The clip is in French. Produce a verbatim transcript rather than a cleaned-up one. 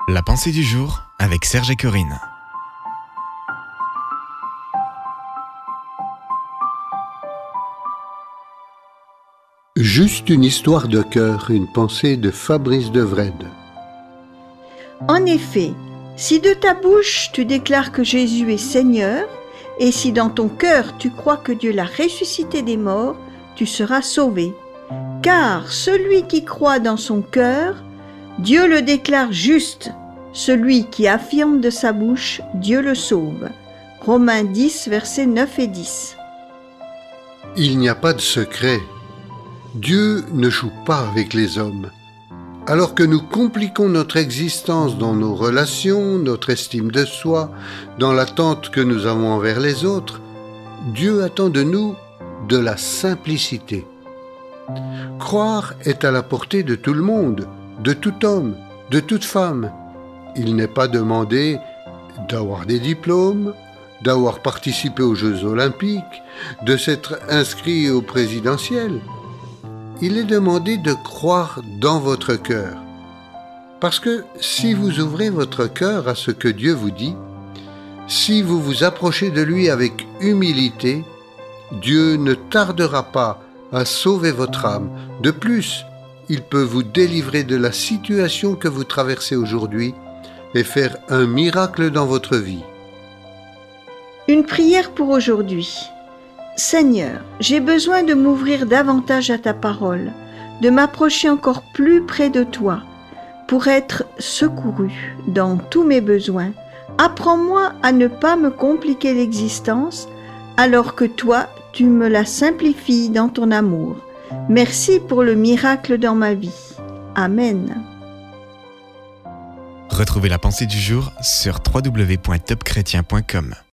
La pensée du jour avec Serge et Corinne. Juste une histoire de cœur, une pensée de Fabrice Devred. En effet, si de ta bouche tu déclares que Jésus est Seigneur, et si dans ton cœur tu crois que Dieu l'a ressuscité des morts, tu seras sauvé. Car celui qui croit dans son cœur, Dieu le déclare juste. Celui qui affirme de sa bouche, Dieu le sauve. Romains dix, versets neuf et dix. Il n'y a pas de secret. Dieu ne joue pas avec les hommes. Alors que nous compliquons notre existence dans nos relations, notre estime de soi, dans l'attente que nous avons envers les autres, Dieu attend de nous de la simplicité. Croire est à la portée de tout le monde, de tout homme, de toute femme. Il n'est pas demandé d'avoir des diplômes, d'avoir participé aux Jeux olympiques, de s'être inscrit au présidentiel. Il est demandé de croire dans votre cœur. Parce que si vous ouvrez votre cœur à ce que Dieu vous dit, si vous vous approchez de lui avec humilité, Dieu ne tardera pas à sauver votre âme. De plus, il peut vous délivrer de la situation que vous traversez aujourd'hui et faire un miracle dans votre vie. Une prière pour aujourd'hui. Seigneur, j'ai besoin de m'ouvrir davantage à ta parole, de m'approcher encore plus près de toi, pour être secouru dans tous mes besoins. Apprends-moi à ne pas me compliquer l'existence, alors que toi, tu me la simplifies dans ton amour. Merci pour le miracle dans ma vie. Amen. Retrouvez la pensée du jour sur w w w point top chrétien point com.